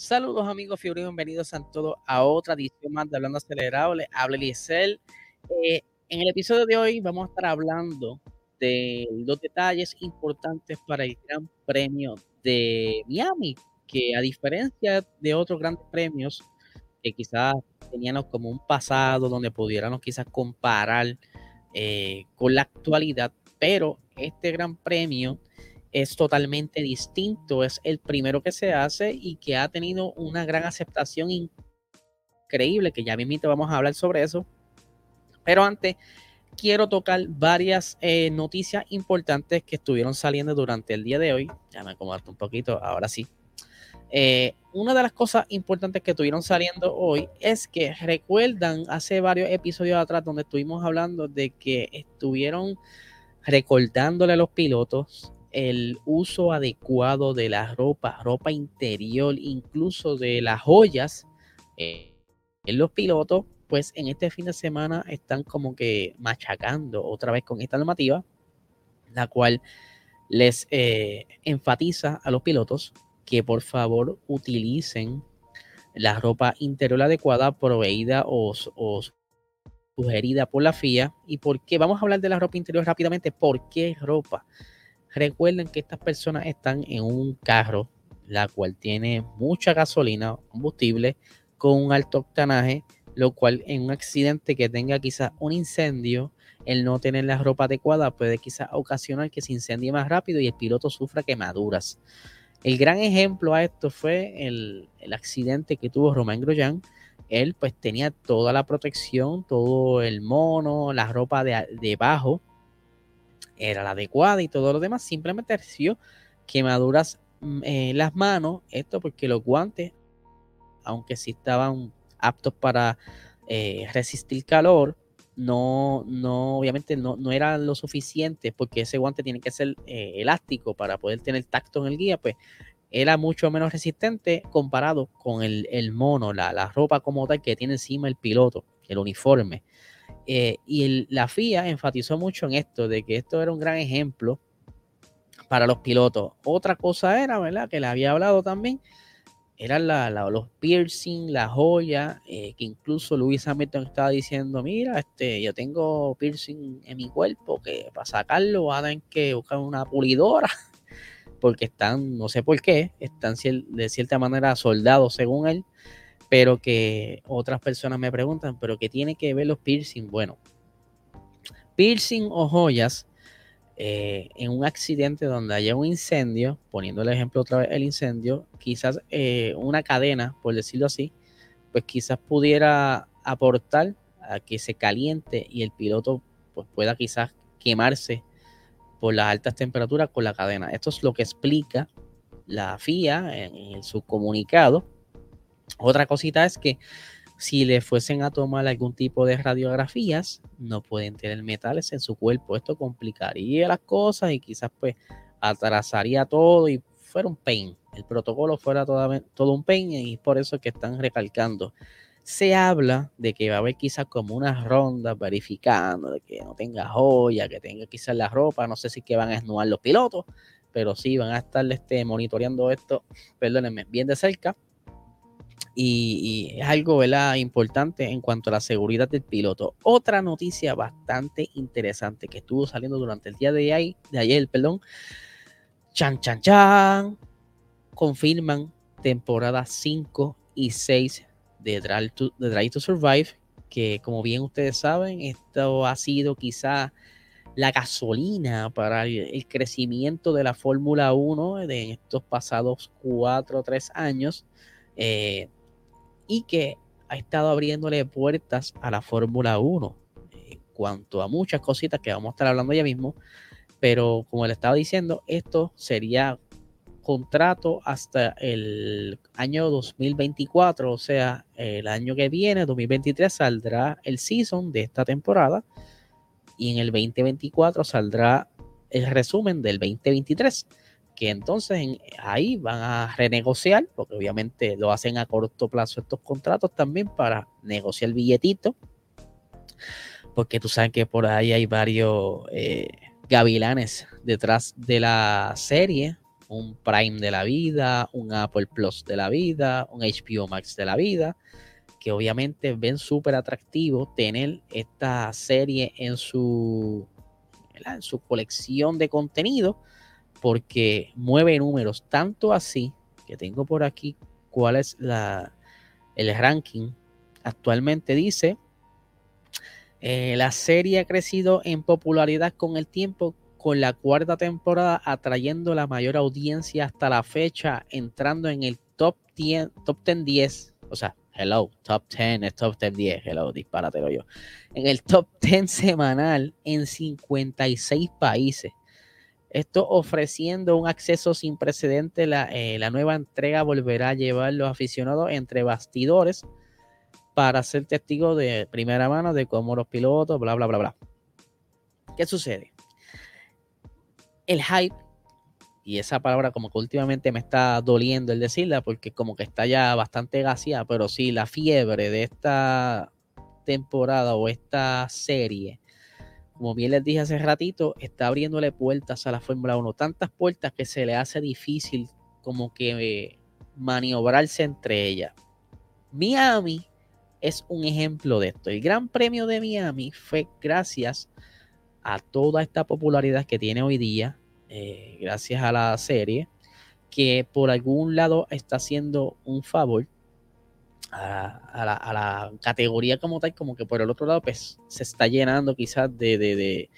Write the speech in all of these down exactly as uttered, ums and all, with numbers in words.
Saludos amigos Fiori, bienvenidos a todos a otra edición más de Hablando Acelerado. Les habla Eliezer. Eh, en el episodio de hoy vamos a estar hablando de los detalles importantes para el Gran Premio de Miami, que a diferencia de otros grandes premios que quizás teníamos como un pasado donde pudiéramos quizás comparar eh, con la actualidad, pero este Gran Premio es totalmente distinto, es el primero que se hace y que ha tenido una gran aceptación increíble, que ya mismo vamos a hablar sobre eso. Pero antes quiero tocar varias eh, noticias importantes que estuvieron saliendo durante el día de hoy. Ya me acomodo un poquito, ahora sí. Eh, una de las cosas importantes que estuvieron saliendo hoy es que recuerdan hace varios episodios atrás donde estuvimos hablando de que estuvieron recordándole a los pilotos el uso adecuado de la ropa, ropa interior, incluso de las joyas eh, en los pilotos. Pues en este fin de semana están como que machacando otra vez con esta normativa, la cual les eh, enfatiza a los pilotos que por favor utilicen la ropa interior adecuada proveída o, o sugerida por la F I A. ¿Y por qué? Vamos a hablar de la ropa interior rápidamente. ¿Por qué ropa? Recuerden que estas personas están en un carro, la cual tiene mucha gasolina, combustible, con un alto octanaje, lo cual en un accidente que tenga quizás un incendio, el no tener la ropa adecuada puede quizás ocasionar que se incendie más rápido y el piloto sufra quemaduras. El gran ejemplo a esto fue el, el accidente que tuvo Romain Grosjean. Él pues tenía toda la protección, todo el mono, la ropa de debajo era la adecuada y todo lo demás, simplemente recibió quemaduras en eh, las manos, esto porque los guantes, aunque sí estaban aptos para eh, resistir calor, no, no obviamente no, no eran lo suficiente, porque ese guante tiene que ser eh, elástico para poder tener tacto en el guía, pues era mucho menos resistente comparado con el, el mono, la, la ropa como tal que tiene encima el piloto, el uniforme. Eh, y el, la F I A enfatizó mucho en esto, de que esto era un gran ejemplo para los pilotos. Otra cosa era, ¿verdad? Que le había hablado también, eran la, la, los piercing, la joya, eh, que incluso Lewis Hamilton estaba diciendo, mira, este, yo tengo piercing en mi cuerpo, que para sacarlo van a tener que buscar una pulidora, porque están, no sé por qué, están de cierta manera soldados según él, pero que otras personas me preguntan, ¿pero qué tiene que ver los piercing? Bueno, piercing o joyas eh, en un accidente donde haya un incendio, poniendo el ejemplo otra vez el incendio, quizás eh, una cadena, por decirlo así, pues quizás pudiera aportar a que se caliente y el piloto pues pueda quizás quemarse por las altas temperaturas con la cadena. Esto es lo que explica la F I A en, en su comunicado. Otra cosita es que si le fuesen a tomar algún tipo de radiografías, no pueden tener metales en su cuerpo. Esto complicaría las cosas y quizás pues atrasaría todo y fuera un pain. El protocolo fuera todo, todo un pain y por eso es que están recalcando. Se habla de que va a haber quizás como unas rondas verificando de que no tenga joya, que tenga quizás la ropa. No sé si que van a esnudar los pilotos, pero sí van a estar este, monitoreando esto, perdónenme, bien de cerca. Y, y es algo, ¿verdad?, importante en cuanto a la seguridad del piloto. Otra noticia bastante interesante que estuvo saliendo durante el día de ayer, de ayer perdón, chan, chan, chan, confirman temporada cinco y seis de Drive to, de Drive to Survive, que como bien ustedes saben, esto ha sido quizá la gasolina para el, el crecimiento de la Fórmula uno de estos pasados cuatro o tres años. Eh, y que ha estado abriéndole puertas a la Fórmula uno en cuanto a muchas cositas que vamos a estar hablando ya mismo, pero como le estaba diciendo, esto sería contrato hasta el año dos mil veinticuatro, o sea, el año que viene, dos mil veintitrés, saldrá el season de esta temporada y en el veinte veinticuatro saldrá el resumen del veinte veintitrés, que entonces en, ahí van a renegociar, porque obviamente lo hacen a corto plazo estos contratos también para negociar billetitos, porque tú sabes que por ahí hay varios eh, gavilanes detrás de la serie, un Prime de la vida, un Apple Plus de la vida, un H B O Max de la vida, que obviamente ven súper atractivo tener esta serie en su, ¿verdad?, en su colección de contenido, porque mueve números, tanto así que tengo por aquí cuál es la, el ranking. Actualmente dice, eh, la serie ha crecido en popularidad con el tiempo, con la cuarta temporada atrayendo la mayor audiencia hasta la fecha, entrando en el top diez, top diez, o sea, hello, top diez, es top diez, hello, disparatelo yo, en el top diez semanal en cincuenta y seis países. Esto ofreciendo un acceso sin precedente. La, eh, la nueva entrega volverá a llevar a los aficionados entre bastidores para ser testigos de primera mano de cómo los pilotos, bla, bla, bla, bla. ¿Qué sucede? El hype, y esa palabra como que últimamente me está doliendo el decirla porque como que está ya bastante gaseada, pero sí, la fiebre de esta temporada o esta serie, como bien les dije hace ratito, está abriéndole puertas a la Fórmula uno, tantas puertas que se le hace difícil como que eh, maniobrarse entre ellas. Miami es un ejemplo de esto. El Gran Premio de Miami fue gracias a toda esta popularidad que tiene hoy día, eh, gracias a la serie, que por algún lado está haciendo un favor a, a, la, a la categoría como tal, como que por el otro lado pues se está llenando quizás de, de, de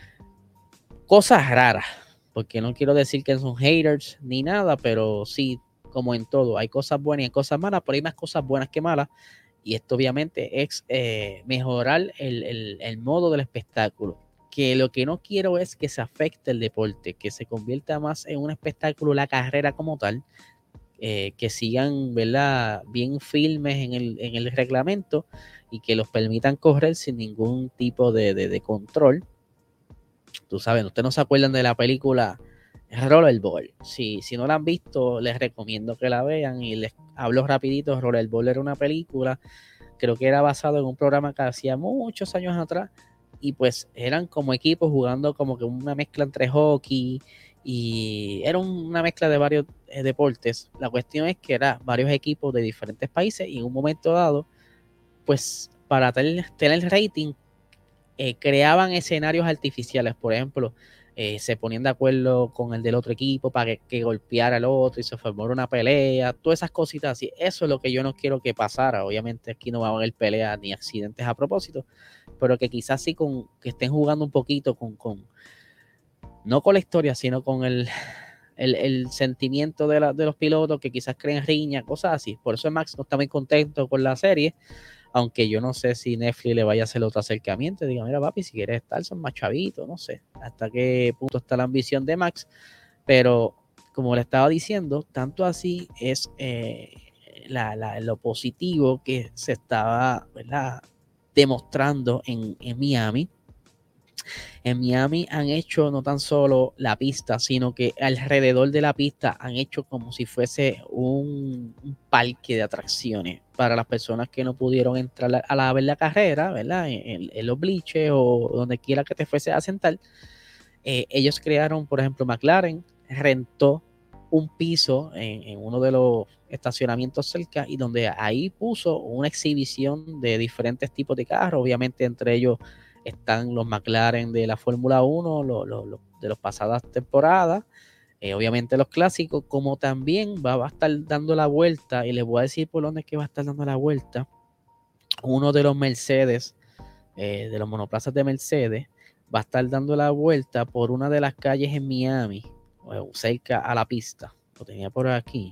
cosas raras, porque no quiero decir que son haters ni nada, pero sí, como en todo, hay cosas buenas y hay cosas malas, pero hay más cosas buenas que malas, y esto obviamente es eh, mejorar el, el, el modo del espectáculo, que lo que no quiero es que se afecte el deporte, que se convierta más en un espectáculo la carrera como tal, eh, que sigan, ¿verdad?, bien firmes en el, en el reglamento y que los permitan correr sin ningún tipo de, de, de control. Tú sabes, ustedes no se acuerdan de la película Rollerball. Si, si no la han visto, les recomiendo que la vean y les hablo rapidito. Rollerball era una película, creo que era basado en un programa que hacía muchos años atrás, y pues eran como equipos jugando como que una mezcla entre hockey y era una mezcla de varios eh, deportes. La cuestión es que eran varios equipos de diferentes países y en un momento dado, pues para tener, tener rating, eh, creaban escenarios artificiales. Por ejemplo, eh, se ponían de acuerdo con el del otro equipo para que, que golpeara al otro y se formara una pelea, todas esas cositas así. Eso es lo que yo no quiero que pasara. Obviamente aquí no va a haber peleas ni accidentes a propósito, pero que quizás sí con, que estén jugando un poquito con, con no con la historia, sino con el, el, el sentimiento de, la, de los pilotos, que quizás creen riña, cosas así. Por eso Max no está muy contento con la serie, aunque yo no sé si Netflix le vaya a hacer otro acercamiento. Diga, mira papi, si quieres estar, son más chavitos, no sé hasta qué punto está la ambición de Max, pero como le estaba diciendo, tanto así es eh, la, la, lo positivo que se estaba, ¿verdad?, demostrando en, en Miami. En Miami han hecho no tan solo la pista, sino que alrededor de la pista han hecho como si fuese un, un parque de atracciones para las personas que no pudieron entrar a, la, a ver la carrera, ¿verdad?, En, en los bliches o donde quiera que te fuese a sentar. Eh, ellos crearon, por ejemplo, McLaren rentó un piso en, en uno de los estacionamientos cerca, y donde ahí puso una exhibición de diferentes tipos de carros. Obviamente entre ellos están los McLaren de la Fórmula uno, lo, lo, lo, de las pasadas temporadas, eh, obviamente los clásicos, como también va, va a estar dando la vuelta, y les voy a decir por dónde es que va a estar dando la vuelta, uno de los Mercedes, eh, de los monoplazas de Mercedes, va a estar dando la vuelta por una de las calles en Miami, cerca a la pista. Lo tenía por aquí.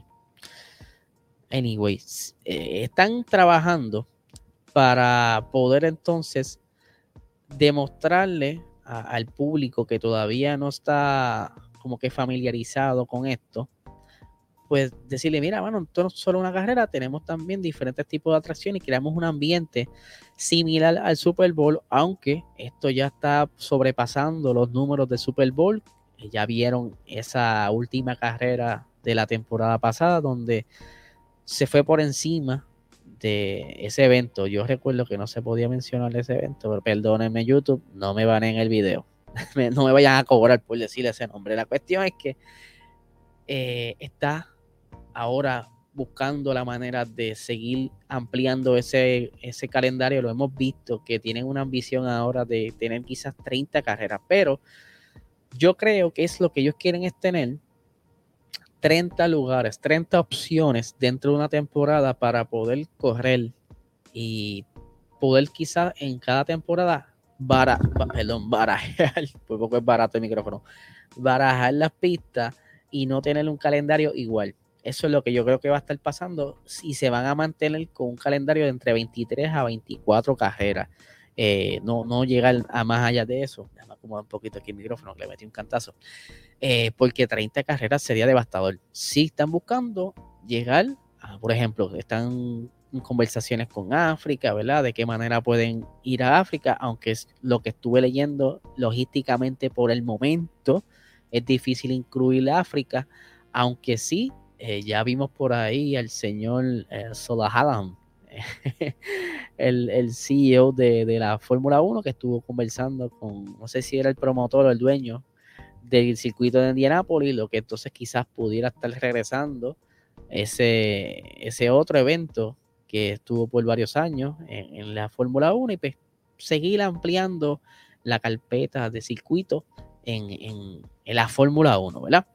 Anyways, eh, están trabajando para poder entonces demostrarle a, al público que todavía no está como que familiarizado con esto, pues decirle, mira, bueno, esto no es solo una carrera, tenemos también diferentes tipos de atracciones y creamos un ambiente similar al Super Bowl, aunque esto ya está sobrepasando los números del Super Bowl. Ya vieron esa última carrera de la temporada pasada donde se fue por encima de ese evento. Yo recuerdo que no se podía mencionar ese evento, pero perdónenme YouTube, no me van en el video. No me vayan a cobrar por decirle ese nombre. La cuestión es que eh, está ahora buscando la manera de seguir ampliando ese, ese calendario. Lo hemos visto que tienen una ambición ahora de tener quizás treinta carreras, pero yo creo que es lo que ellos quieren es tener treinta lugares, treinta opciones dentro de una temporada para poder correr y poder quizás en cada temporada bara, perdón, barajar, por poco es barato el micrófono, barajar las pistas y no tener un calendario igual. Eso es lo que yo creo que va a estar pasando si se van a mantener con un calendario de entre veintitrés a veinticuatro carreras. Eh, no, no llegar a más allá de eso. Déjame acomodar un poquito aquí el micrófono, que le metí un cantazo. Eh, porque treinta carreras sería devastador. Si están buscando llegar a, por ejemplo, están en conversaciones con África, ¿verdad? De qué manera pueden ir a África, aunque es lo que estuve leyendo logísticamente por el momento es difícil incluir a África, aunque sí, eh, ya vimos por ahí al señor eh, Solahalam, el, el C E O de, de la Fórmula uno, que estuvo conversando con, no sé si era el promotor o el dueño del circuito de Indianápolis, lo que entonces quizás pudiera estar regresando ese, ese otro evento que estuvo por varios años en, en la Fórmula uno y pues seguir ampliando la carpeta de circuito en, en, en la Fórmula uno, ¿verdad?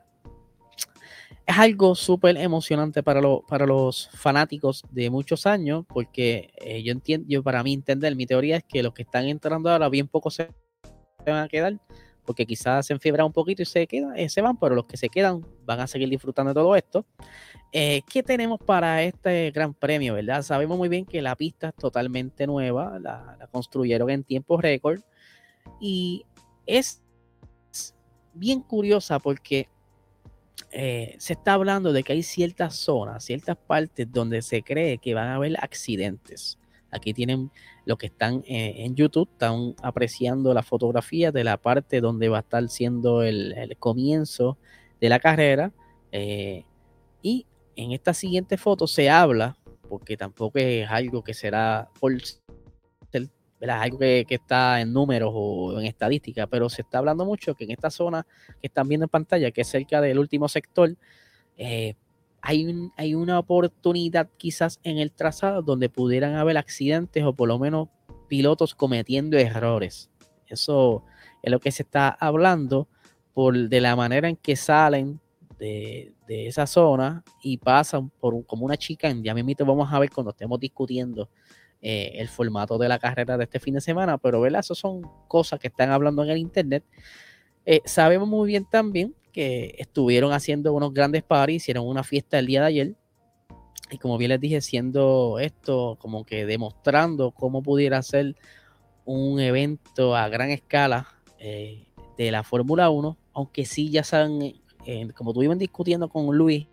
Es algo súper emocionante para, lo, para los fanáticos de muchos años, porque eh, yo entiendo, yo para mí entender, mi teoría es que los que están entrando ahora bien pocos se van a quedar, porque quizás se enfibran un poquito y se quedan, eh, se van, pero los que se quedan van a seguir disfrutando de todo esto. Eh, ¿Qué tenemos para este gran premio, verdad? Sabemos muy bien que la pista es totalmente nueva, la, la construyeron en tiempo récord y es bien curiosa porque eh, se está hablando de que hay ciertas zonas, ciertas partes donde se cree que van a haber accidentes. Aquí tienen los que están eh, en YouTube, están apreciando la fotografía de la parte donde va a estar siendo el, el comienzo de la carrera. Eh, y en esta siguiente foto se habla, porque tampoco es algo que será por ser, ¿verdad? Algo que, que está en números o en estadística, pero se está hablando mucho que en esta zona que están viendo en pantalla, que es cerca del último sector, eh, hay, un, hay una oportunidad quizás en el trazado donde pudieran haber accidentes o por lo menos pilotos cometiendo errores. Eso es lo que se está hablando por de la manera en que salen de, de esa zona y pasan por un, como una chica. Ya mismo vamos a ver cuando estemos discutiendo eh, el formato de la carrera de este fin de semana, pero ¿verdad? Eso son cosas que están hablando en el internet. Eh, sabemos muy bien también que estuvieron haciendo unos grandes parties, hicieron una fiesta el día de ayer y como bien les dije, siendo esto como que demostrando cómo pudiera ser un evento a gran escala eh, de la Fórmula uno, aunque sí ya saben, eh, como estuvimos discutiendo con Luis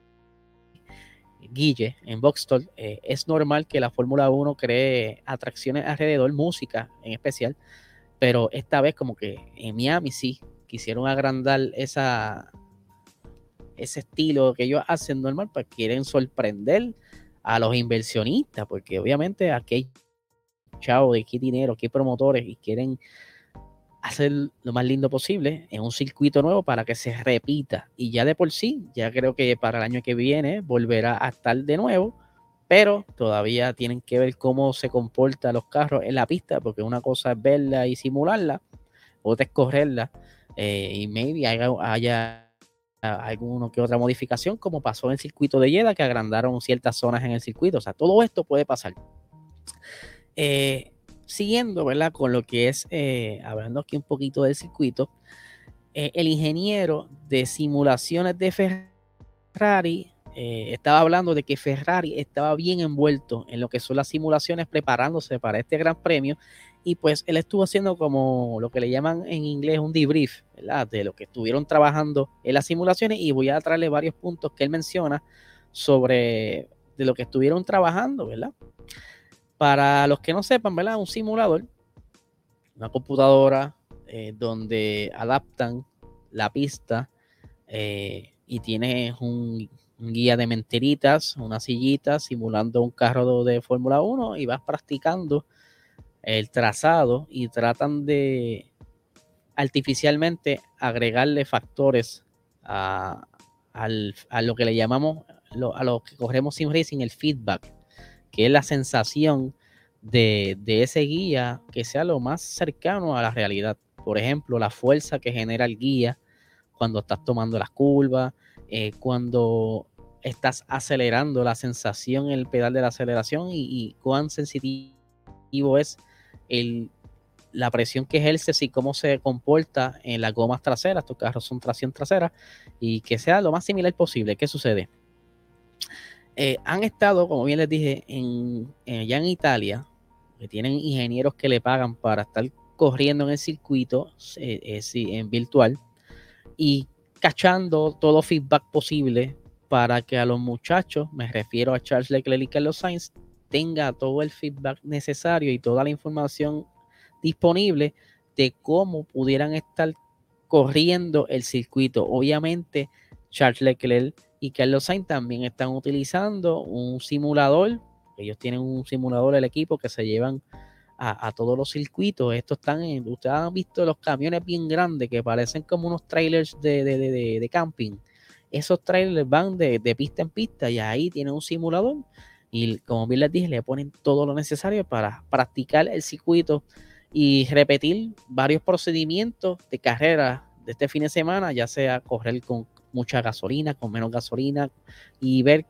Guille en Boxstall, eh, es normal que la Fórmula uno cree atracciones alrededor, música en especial, pero esta vez como que en Miami sí quisieron agrandar esa, ese estilo que ellos hacen normal, pues quieren sorprender a los inversionistas, porque obviamente aquí hay chavos, de aquí dinero, aquí hay promotores y quieren hacer lo más lindo posible en un circuito nuevo para que se repita. Y ya de por sí, ya creo que para el año que viene volverá a estar de nuevo, pero todavía tienen que ver cómo se comportan los carros en la pista, porque una cosa es verla y simularla, otra es correrla, eh, y maybe haya, haya alguna que otra modificación, como pasó en el circuito de Jeddah, que agrandaron ciertas zonas en el circuito. O sea, todo esto puede pasar. Eh, siguiendo, ¿verdad? Con lo que es, eh, hablando aquí un poquito del circuito, eh, el ingeniero de simulaciones de Ferrari eh, estaba hablando de que Ferrari estaba bien envuelto en lo que son las simulaciones, preparándose para este gran premio, y pues él estuvo haciendo como lo que le llaman en inglés un debrief, ¿verdad? De lo que estuvieron trabajando en las simulaciones, y voy a traerle varios puntos que él menciona sobre de lo que estuvieron trabajando, ¿verdad? Para los que no sepan, ¿verdad? Un simulador, una computadora eh, donde adaptan la pista eh, y tienes un, un, guía de mentiritas, una sillita simulando un carro de, de Fórmula uno y vas practicando el trazado y tratan de artificialmente agregarle factores a, al, a lo que le llamamos, lo, a lo que corremos sim racing, el feedback, que es la sensación de, de ese guía que sea lo más cercano a la realidad. Por ejemplo, la fuerza que genera el guía cuando estás tomando las curvas, eh, cuando estás acelerando, la sensación en el pedal de la aceleración y, y cuán sensitivo es el, la presión que ejerce y cómo se comporta en las gomas traseras. Estos carros son tracción trasera, y que sea lo más similar posible. ¿Qué sucede? Eh, han estado, como bien les dije, en, en, ya en Italia, que tienen ingenieros que le pagan para estar corriendo en el circuito eh, eh, sí, en virtual, y cachando todo feedback posible para que a los muchachos, me refiero a Charles Leclerc y Carlos Sainz, tenga todo el feedback necesario y toda la información disponible de cómo pudieran estar corriendo el circuito. Obviamente, Charles Leclerc y Carlos Sainz también están utilizando un simulador. Ellos tienen un simulador del equipo que se llevan a, a todos los circuitos. Estos están en, ustedes han visto los camiones bien grandes que parecen como unos trailers de, de, de, de camping. Esos trailers van de, de pista en pista y ahí tienen un simulador, y como bien les dije, le ponen todo lo necesario para practicar el circuito y repetir varios procedimientos de carrera de este fin de semana, ya sea correr con mucha gasolina, con menos gasolina, y ver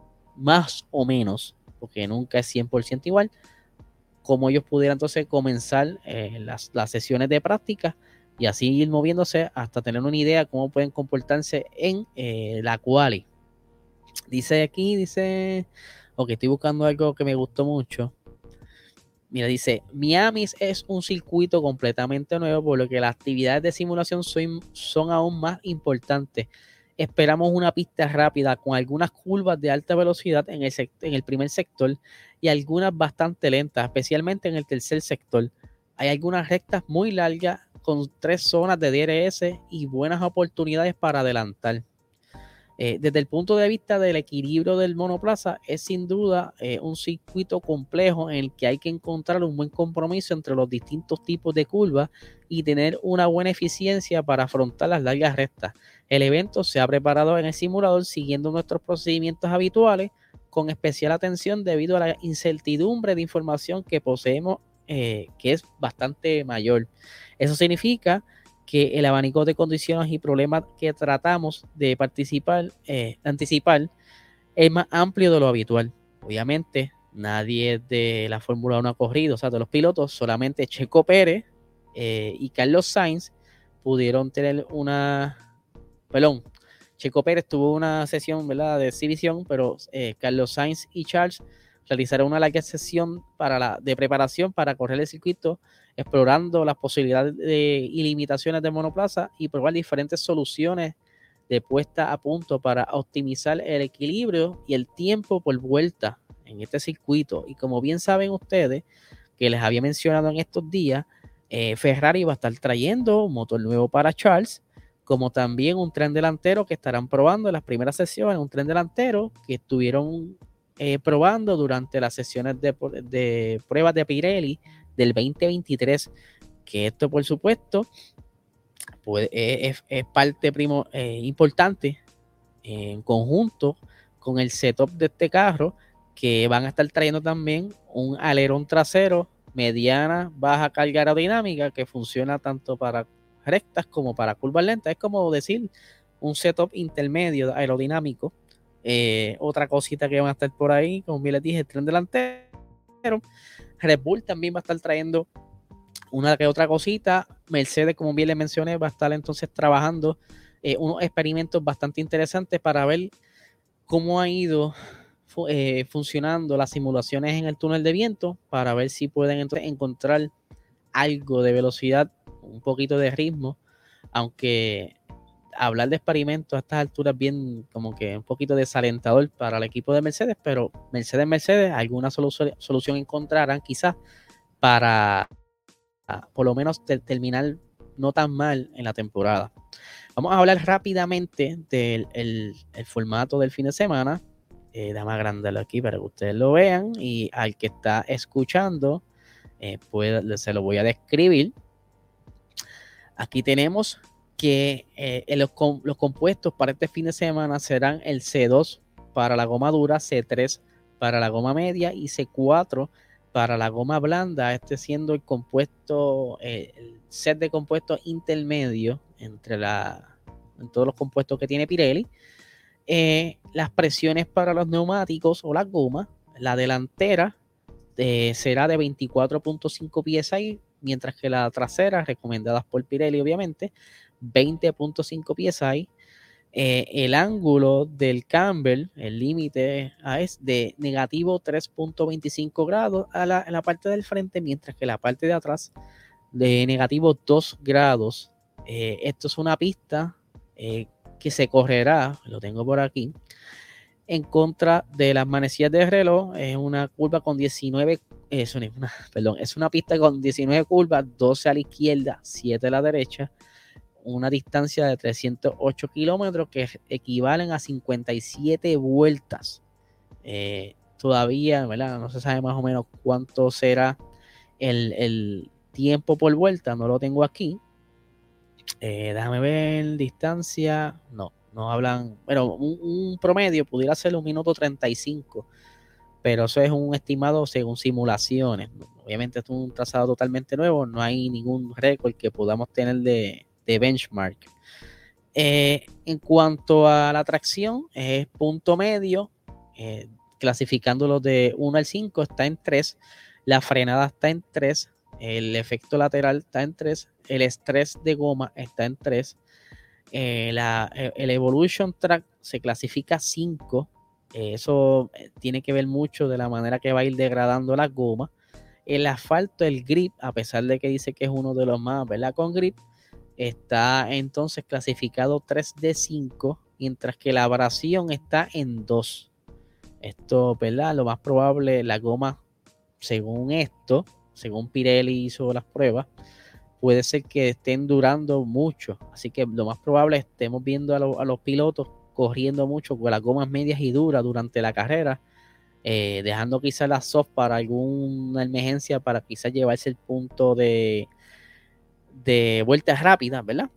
más o menos, porque nunca es cien por ciento igual, cómo ellos pudieran entonces comenzar eh, las, las sesiones de práctica y así ir moviéndose hasta tener una idea de cómo pueden comportarse en eh, la quali. Dice aquí, dice, ok, estoy buscando algo que me gustó mucho. Mira, dice, Miami es un circuito completamente nuevo, por lo que las actividades de simulación son, son aún más importantes. Esperamos una pista rápida con algunas curvas de alta velocidad en el, en el primer sector y algunas bastante lentas, especialmente en el tercer sector. Hay algunas rectas muy largas con tres zonas de D R S y buenas oportunidades para adelantar. Eh, desde el punto de vista del equilibrio del monoplaza, es sin duda eh, un circuito complejo en el que hay que encontrar un buen compromiso entre los distintos tipos de curvas y tener una buena eficiencia para afrontar las largas rectas. El evento se ha preparado en el simulador siguiendo nuestros procedimientos habituales, con especial atención debido a la incertidumbre de información que poseemos, eh, que es bastante mayor. Eso significa que el abanico de condiciones y problemas que tratamos de participar, eh, anticipar, es más amplio de lo habitual. Obviamente, nadie de la Fórmula uno ha corrido, o sea, de los pilotos, solamente Checo Pérez eh, y Carlos Sainz pudieron tener una, perdón, Checo Pérez tuvo una sesión, ¿verdad?, de exhibición, pero eh, Carlos Sainz y Charles realizaron una larga sesión para la, de preparación para correr el circuito, explorando las posibilidades de, y limitaciones de monoplaza y probar diferentes soluciones de puesta a punto para optimizar el equilibrio y el tiempo por vuelta en este circuito. Y como bien saben ustedes, que les había mencionado en estos días, eh, Ferrari va a estar trayendo un motor nuevo para Charles, como también un tren delantero que estarán probando en las primeras sesiones, un tren delantero que estuvieron eh, probando durante las sesiones de, de pruebas de Pirelli del veinte veintitrés, que esto por supuesto pues, es, es parte primo, eh, importante eh, en conjunto con el setup de este carro, que van a estar trayendo también un alerón trasero mediana baja carga aerodinámica que funciona tanto para rectas como para curvas lentas. Es como decir un setup intermedio aerodinámico. Eh, otra cosita que van a estar por ahí, como bien les dije, el tren delantero. Red Bull también va a estar trayendo una que otra cosita. Mercedes, como bien les mencioné, va a estar entonces trabajando eh, unos experimentos bastante interesantes para ver cómo ha ido eh, funcionando las simulaciones en el túnel de viento, para ver si pueden entonces encontrar algo de velocidad, un poquito de ritmo, aunque hablar de experimentos a estas alturas bien como que un poquito desalentador para el equipo de Mercedes, pero Mercedes, Mercedes, alguna solución, solución encontrarán quizás para por lo menos ter terminar no tan mal en la temporada. Vamos a hablar rápidamente del el, el formato del fin de semana. Eh, déjame agrandarlo aquí para que ustedes lo vean, y al que está escuchando eh, pues, se lo voy a describir. Aquí tenemos que eh, los, los compuestos para este fin de semana serán el C dos para la goma dura, C tres para la goma media y C cuatro para la goma blanda, este siendo el compuesto, eh, el set de compuestos intermedio entre la, en todos los compuestos que tiene Pirelli. Eh, las presiones para los neumáticos o las gomas, la delantera eh, será de veinticuatro punto cinco P S I, mientras que la trasera, recomendadas por Pirelli obviamente, veinte punto cinco P S I. Eh, el ángulo del camber, el límite es de negativo tres punto veinticinco grados a la, en la parte del frente, mientras que la parte de atrás de negativo dos grados. Eh, esto es una pista eh, que se correrá, lo tengo por aquí, en contra de las manecillas de reloj. Es una curva con diecinueve, es una, perdón, es una pista con diecinueve curvas, doce a la izquierda, siete a la derecha, una distancia de trescientos ocho kilómetros que equivalen a cincuenta y siete vueltas. Eh, todavía, ¿verdad? No se sabe más o menos cuánto será el, el tiempo por vuelta, no lo tengo aquí. Eh, déjame ver, distancia, no, no hablan, pero un, un promedio pudiera ser un minuto treinta y cinco, pero eso es un estimado según simulaciones. Obviamente esto es un trazado totalmente nuevo, no hay ningún récord que podamos tener de, de benchmark. Eh, en cuanto a la tracción, es punto medio, eh, clasificándolo de uno al cinco, está en tres, la frenada está en tres, el efecto lateral está en tres, el estrés de goma está en tres, eh, la, el Evolution Track se clasifica cinco, eh, eso tiene que ver mucho de la manera que va a ir degradando la goma. El asfalto, el grip, a pesar de que dice que es uno de los más, ¿verdad? Con grip, está entonces clasificado tres de cinco, mientras que la abrasión está en dos. Esto, ¿verdad? Lo más probable, la goma, según esto, según Pirelli hizo las pruebas, puede ser que estén durando mucho. Así que lo más probable estemos viendo a, lo, a los pilotos corriendo mucho con las gomas medias y duras durante la carrera, eh, dejando quizás las soft para alguna emergencia, para quizás llevarse el punto de de vueltas rápidas, ¿verdad?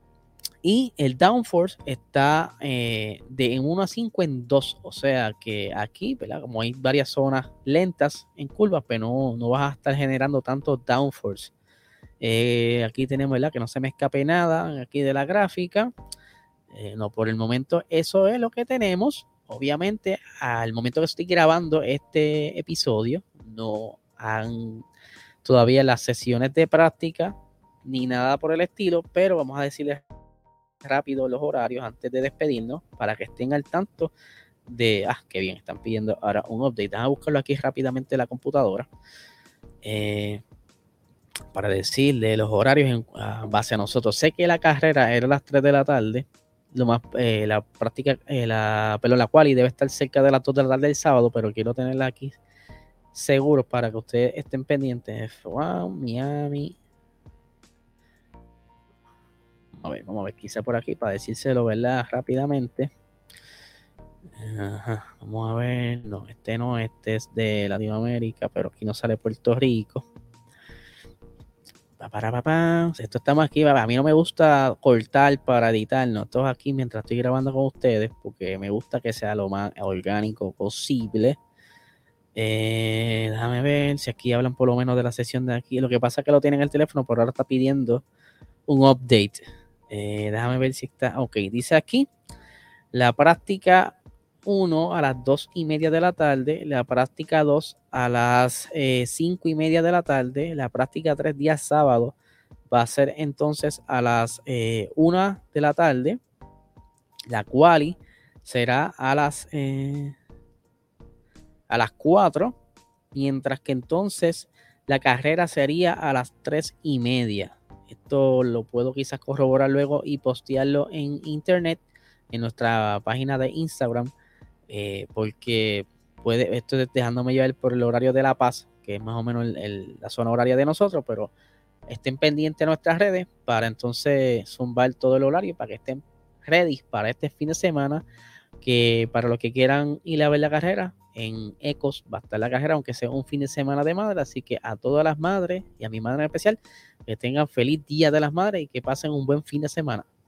Y el downforce está eh, de en uno a cinco en dos, o sea que aquí, ¿verdad? Como hay varias zonas lentas en curvas, pero no, no vas a estar generando tanto downforce. Eh, aquí tenemos, ¿verdad? Que no se me escape nada aquí de la gráfica. Eh, no, por el momento eso es lo que tenemos. Obviamente, al momento que estoy grabando este episodio, no han todavía las sesiones de práctica ni nada por el estilo, pero vamos a decirles rápido los horarios antes de despedirnos para que estén al tanto de, ah, qué bien, están pidiendo ahora un update. Déjame buscarlo aquí rápidamente en la computadora eh, para decirle los horarios en a base a nosotros. Sé que la carrera era a las tres de la tarde, lo más, eh, la práctica, eh, la, pero la quali debe estar cerca de las dos de la tarde del sábado, pero quiero tenerla aquí seguro para que ustedes estén pendientes. Wow, Miami. A ver, vamos a ver, quizá por aquí para decírselo, ¿verdad? Rápidamente. Ajá, vamos a ver. No, este no, este es de Latinoamérica, pero aquí no sale Puerto Rico. Pa, para, pa, pa. Esto estamos aquí. A mí no me gusta cortar para editar, no. Esto es aquí mientras estoy grabando con ustedes, porque me gusta que sea lo más orgánico posible. Eh, déjame ver si aquí hablan por lo menos de la sesión de aquí. Lo que pasa es que lo tienen en el teléfono, pero ahora está pidiendo un update. Eh, déjame ver si está. Ok, dice aquí la práctica uno a las dos y media de la tarde, la práctica dos a las eh, cinco y media de la tarde, la práctica tres días sábado va a ser entonces a las eh, una de la tarde, la quali será a las eh, a las cuatro, mientras que entonces la carrera sería a las tres y media. Esto lo puedo quizás corroborar luego y postearlo en internet, en nuestra página de Instagram, eh, porque puede, esto es dejándome llevar por el horario de La Paz, que es más o menos el, el, la zona horaria de nosotros, pero estén pendientes de nuestras redes para entonces zumbar todo el horario, para que estén ready para este fin de semana, que para los que quieran ir a ver la carrera, en Ecos va a estar la carrera, aunque sea un fin de semana de madre. Así que a todas las madres y a mi madre en especial, que tengan feliz Día de las Madres y que pasen un buen fin de semana.